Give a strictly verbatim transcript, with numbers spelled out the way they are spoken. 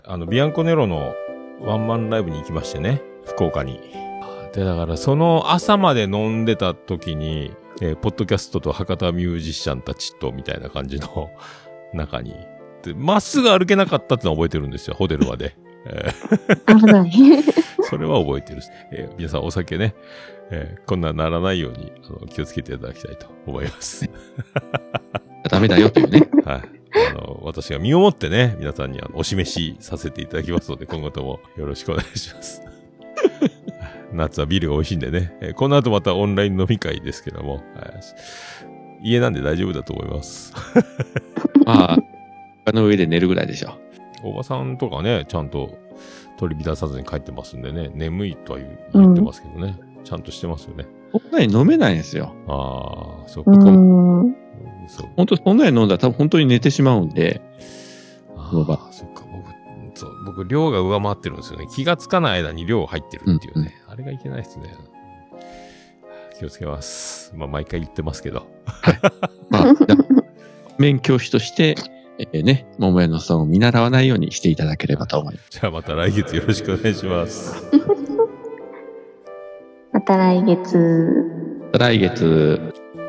あの、ビアンコネロのワンマンライブに行きましてね、福岡に。で、だからその朝まで飲んでた時に、えー、ポッドキャストと博多ミュージシャンたちとみたいな感じの中に、まっすぐ歩けなかったってのは覚えてるんですよ、ホテルまで。えー、 危ない。 それは覚えてる。えー、皆さんお酒ね、えー、こんなならないようにあの気をつけていただきたいと思います。 ダメだよというね。 はい。あの、私が身をもってね、皆さんにあのお示しさせていただきますので、今後ともよろしくお願いします。夏はビールが美味しいんでね、えー。この後またオンライン飲み会ですけども、はい、家なんで大丈夫だと思います。 まあ、床の上で寝るぐらいでしょ。 おばさんとかね、ちゃんと取り乱さずに帰ってますんでね、眠いとは言ってますけどね、うん、ちゃんとしてますよね。 そんなに飲めないんですよ。 ああ、そっか。 そう本当そんなに飲んだら多分本当に寝てしまうんで。 ああ、そっか。僕、そう、僕、量が上回ってるんですよね。気がつかない間に量入ってるっていうね。うん、あれがいけないですね。気をつけます。まあ、毎回言ってますけど。 はい。まあ、免教師として、えー、ね、桃屋のさんを見習わないようにしていただければと思います。 じゃあまた来月よろしくお願いします。 また来月。 また来月。